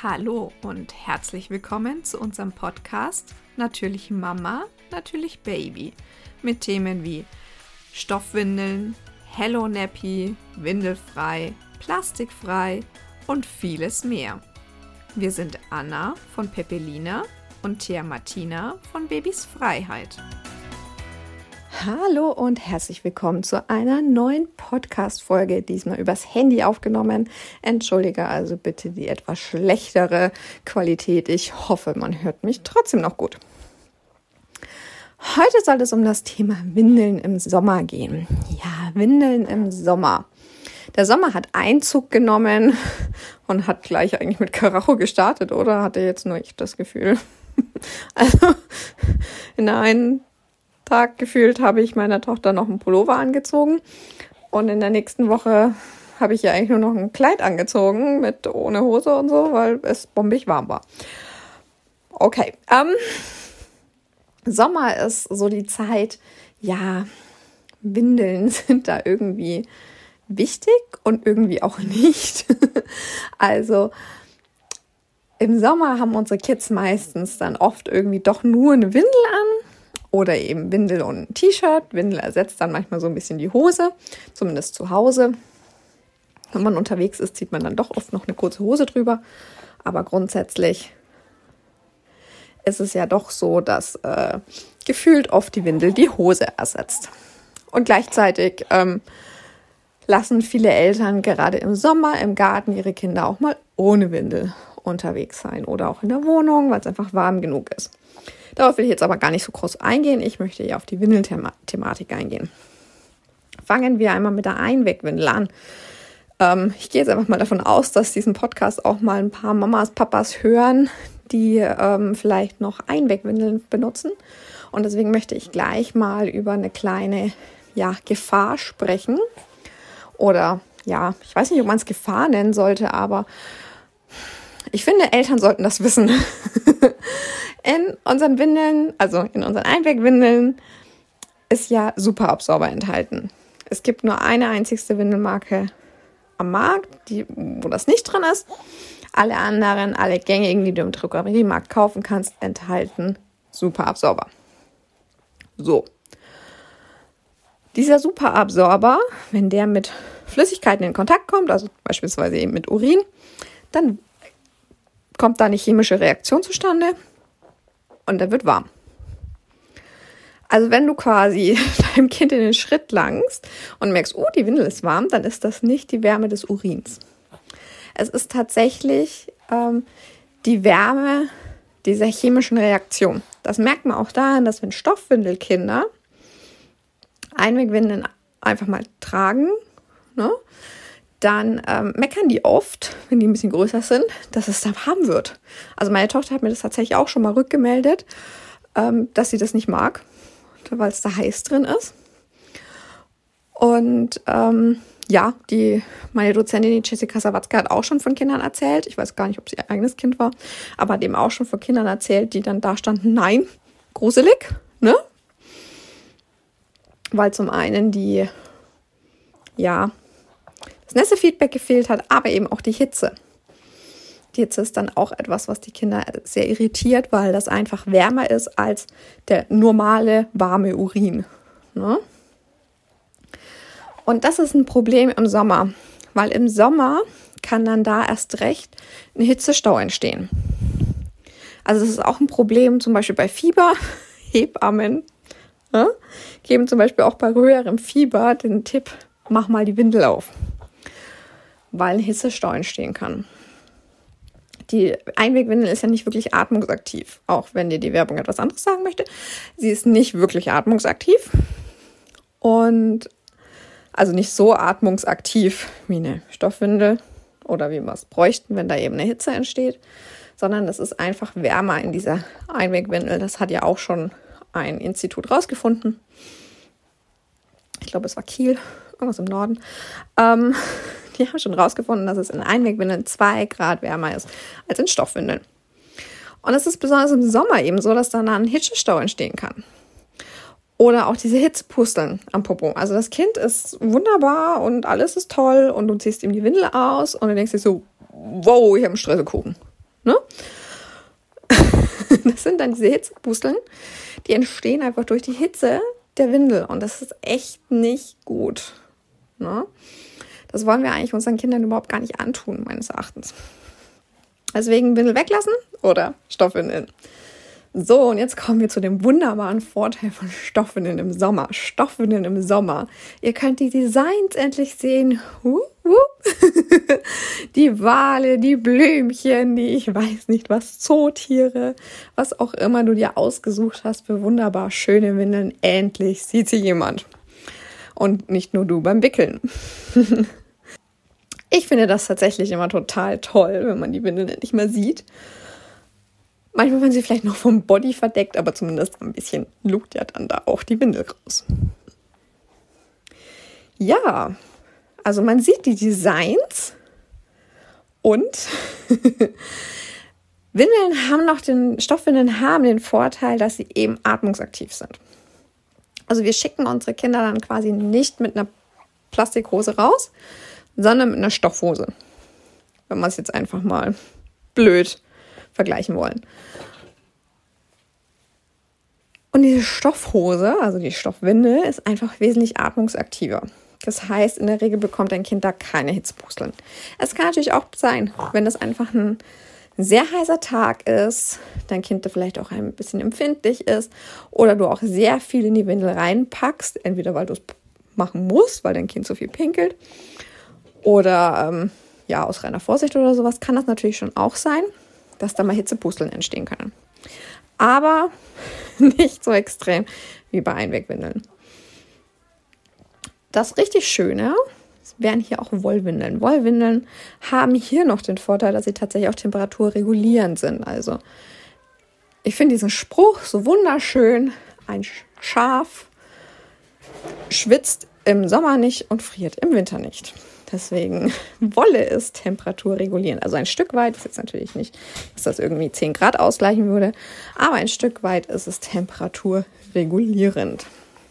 Hallo und herzlich willkommen zu unserem Podcast Natürlich Mama, natürlich Baby mit Themen wie Stoffwindeln, Hello Nappy, windelfrei, plastikfrei und vieles mehr. Wir sind Anna von Peppelina und Thea Martina von Babys Freiheit. Hallo und herzlich willkommen zu einer neuen Podcast-Folge, diesmal übers Handy aufgenommen. Entschuldige also bitte die etwas schlechtere Qualität. Ich hoffe, man hört mich trotzdem noch gut. Heute soll es um das Thema Windeln im Sommer gehen. Ja, Windeln im Sommer. Der Sommer hat Einzug genommen und hat gleich eigentlich mit Karacho gestartet, oder? Hatte jetzt nur ich das Gefühl. Also in der einen Tag gefühlt habe ich meiner Tochter noch einen Pullover angezogen und in der nächsten Woche habe ich ja eigentlich nur noch ein Kleid angezogen mit ohne Hose und so, weil es bombig warm war. Okay, Sommer ist so die Zeit, ja, Windeln sind da irgendwie wichtig und irgendwie auch nicht. Also im Sommer haben unsere Kids meistens dann oft irgendwie doch nur eine Windel an. Oder eben Windel und ein T-Shirt. Windel ersetzt dann manchmal so ein bisschen die Hose, zumindest zu Hause. Wenn man unterwegs ist, zieht man dann doch oft noch eine kurze Hose drüber. Aber grundsätzlich ist es ja doch so, dass gefühlt oft die Windel die Hose ersetzt. Und gleichzeitig lassen viele Eltern gerade im Sommer im Garten ihre Kinder auch mal ohne Windel unterwegs sein. Oder auch in der Wohnung, weil es einfach warm genug ist. Darauf will ich jetzt aber gar nicht so groß eingehen. Ich möchte ja auf die Windelthematik eingehen. Fangen wir einmal mit der Einwegwindel an. Ich gehe jetzt einfach mal davon aus, dass diesen Podcast auch mal ein paar Mamas, Papas hören, die vielleicht noch Einwegwindeln benutzen. Und deswegen möchte ich gleich mal über eine kleine Gefahr sprechen. Oder ja, ich weiß nicht, ob man es Gefahr nennen sollte, aber ich finde, Eltern sollten das wissen. In unseren Windeln, also in unseren Einwegwindeln, ist ja Superabsorber enthalten. Es gibt nur eine einzigste Windelmarke am Markt, wo das nicht drin ist. Alle anderen, alle gängigen, die du im Drogeriemarkt kaufen kannst, enthalten Superabsorber. So. Dieser Superabsorber, wenn der mit Flüssigkeiten in Kontakt kommt, also beispielsweise eben mit Urin, dann kommt da eine chemische Reaktion zustande und der wird warm. Also wenn du quasi deinem Kind in den Schritt langst und merkst, oh, die Windel ist warm, dann ist das nicht die Wärme des Urins. Es ist tatsächlich die Wärme dieser chemischen Reaktion. Das merkt man auch daran, dass wenn Stoffwindelkinder Einwegwindeln einfach mal tragen, ne, dann meckern die oft, wenn die ein bisschen größer sind, dass es dann warm wird. Also meine Tochter hat mir das tatsächlich auch schon mal rückgemeldet, dass sie das nicht mag, weil es da heiß drin ist. Und meine Dozentin, die Jessica Sawatzka, hat auch schon von Kindern erzählt. Ich weiß gar nicht, ob sie ihr eigenes Kind war, aber hat eben auch schon von Kindern erzählt, die dann da standen, nein, gruselig, ne? Weil zum einen das Nässe-Feedback gefehlt hat, aber eben auch die Hitze. Die Hitze ist dann auch etwas, was die Kinder sehr irritiert, weil das einfach wärmer ist als der normale, warme Urin. Ne? Und das ist ein Problem im Sommer, weil im Sommer kann dann da erst recht ein Hitzestau entstehen. Also das ist auch ein Problem, zum Beispiel bei Fieber. Hebammen geben zum Beispiel auch bei höherem Fieber den Tipp, mach mal die Windel auf, weil ein Hitzestau entstehen kann. Die Einwegwindel ist ja nicht wirklich atmungsaktiv, auch wenn dir die Werbung etwas anderes sagen möchte. Sie ist nicht wirklich atmungsaktiv und also nicht so atmungsaktiv wie eine Stoffwindel oder wie wir es bräuchten, wenn da eben eine Hitze entsteht, sondern es ist einfach wärmer in dieser Einwegwindel. Das hat ja auch schon ein Institut rausgefunden. Ich glaube, es war Kiel, irgendwas im Norden. Die haben schon rausgefunden, dass es in Einwegwindeln 2 Grad wärmer ist als in Stoffwindeln. Und es ist besonders im Sommer eben so, dass dann ein Hitzestau entstehen kann. Oder auch diese Hitzepusteln am Popo. Also das Kind ist wunderbar und alles ist toll und du ziehst ihm die Windel aus und du denkst dir so, wow, ich habe einen Streuselkuchen. Ne? Das sind dann diese Hitzepusteln, die entstehen einfach durch die Hitze der Windel und das ist echt nicht gut. Ne? Das wollen wir eigentlich unseren Kindern überhaupt gar nicht antun, meines Erachtens. Deswegen Windel weglassen oder Stoffwindeln. So, und jetzt kommen wir zu dem wunderbaren Vorteil von Stoffwindeln im Sommer. Stoffwindeln im Sommer. Ihr könnt die Designs endlich sehen. Die Wale, die Blümchen, die ich weiß nicht was, Zootiere, was auch immer du dir ausgesucht hast für wunderbar schöne Windeln. Endlich sieht sie jemand. Und nicht nur du beim Wickeln. Ich finde das tatsächlich immer total toll, wenn man die Windeln endlich mal sieht. Manchmal werden sie vielleicht noch vom Body verdeckt, aber zumindest ein bisschen lugt ja dann da auch die Windel raus. Ja, also man sieht die Designs und Stoffwindeln haben den Vorteil, dass sie eben atmungsaktiv sind. Also wir schicken unsere Kinder dann quasi nicht mit einer Plastikhose raus, sondern mit einer Stoffhose. Wenn wir es jetzt einfach mal blöd vergleichen wollen. Und diese Stoffhose, also die Stoffwindel, ist einfach wesentlich atmungsaktiver. Das heißt, in der Regel bekommt dein Kind da keine Hitzepusteln. Es kann natürlich auch sein, wenn das einfach ein sehr heißer Tag ist, dein Kind da vielleicht auch ein bisschen empfindlich ist oder du auch sehr viel in die Windel reinpackst, entweder weil du es machen musst, weil dein Kind so viel pinkelt oder aus reiner Vorsicht oder sowas, kann das natürlich schon auch sein, dass da mal Hitzepusteln entstehen können. Aber nicht so extrem wie bei Einwegwindeln. Das richtig Schöne wären hier auch Wollwindeln. Wollwindeln haben hier noch den Vorteil, dass sie tatsächlich auch temperaturregulierend sind. Also ich finde diesen Spruch so wunderschön. Ein Schaf schwitzt im Sommer nicht und friert im Winter nicht. Deswegen, Wolle ist temperaturregulierend. Also ein Stück weit, ist jetzt natürlich nicht, dass das irgendwie 10 Grad ausgleichen würde, aber ein Stück weit ist es temperaturregulierend.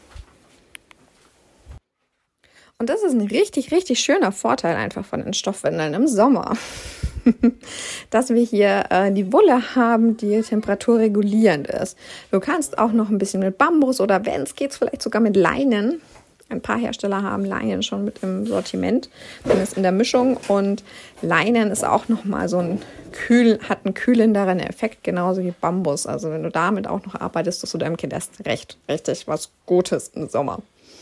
Und das ist ein richtig, richtig schöner Vorteil einfach von den Stoffwindeln im Sommer. Dass wir hier die Wolle haben, die temperaturregulierend ist. Du kannst auch noch ein bisschen mit Bambus oder wenn es geht, vielleicht sogar mit Leinen. Ein paar Hersteller haben Leinen schon mit im Sortiment, zumindest in der Mischung. Und Leinen ist auch nochmal so hat einen kühlenderen Effekt, genauso wie Bambus. Also wenn du damit auch noch arbeitest, tust du deinem Kind erst richtig was Gutes im Sommer.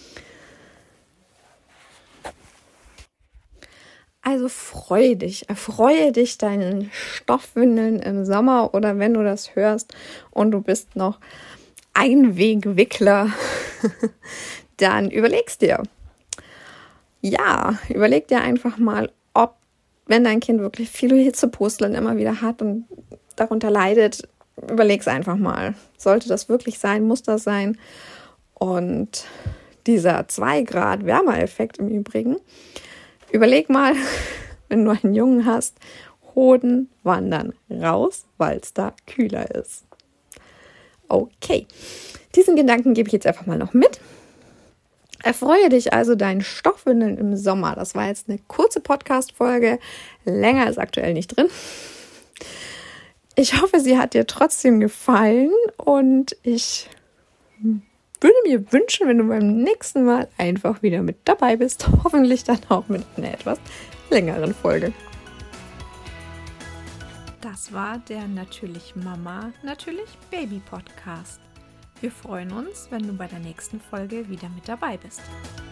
Also erfreue dich deinen Stoffwindeln im Sommer oder wenn du das hörst und du bist noch Einwegwickler, dann überlegst dir. Ja, überleg dir einfach mal, ob, wenn dein Kind wirklich viele Hitzepusteln immer wieder hat und darunter leidet, überleg's einfach mal. Sollte das wirklich sein? Muss das sein? Und dieser 2 Grad Wärmeeffekt im Übrigen, überleg mal, wenn du einen Jungen hast, Hoden wandern raus, weil es da kühler ist. Okay, diesen Gedanken gebe ich jetzt einfach mal noch mit. Erfreue dich also deinen Stoffwindeln im Sommer. Das war jetzt eine kurze Podcast-Folge. Länger ist aktuell nicht drin. Ich hoffe, sie hat dir trotzdem gefallen und ich würde mir wünschen, wenn du beim nächsten Mal einfach wieder mit dabei bist. Hoffentlich dann auch mit einer etwas längeren Folge. Das war der Natürlich Mama, Natürlich Baby Podcast. Wir freuen uns, wenn du bei der nächsten Folge wieder mit dabei bist.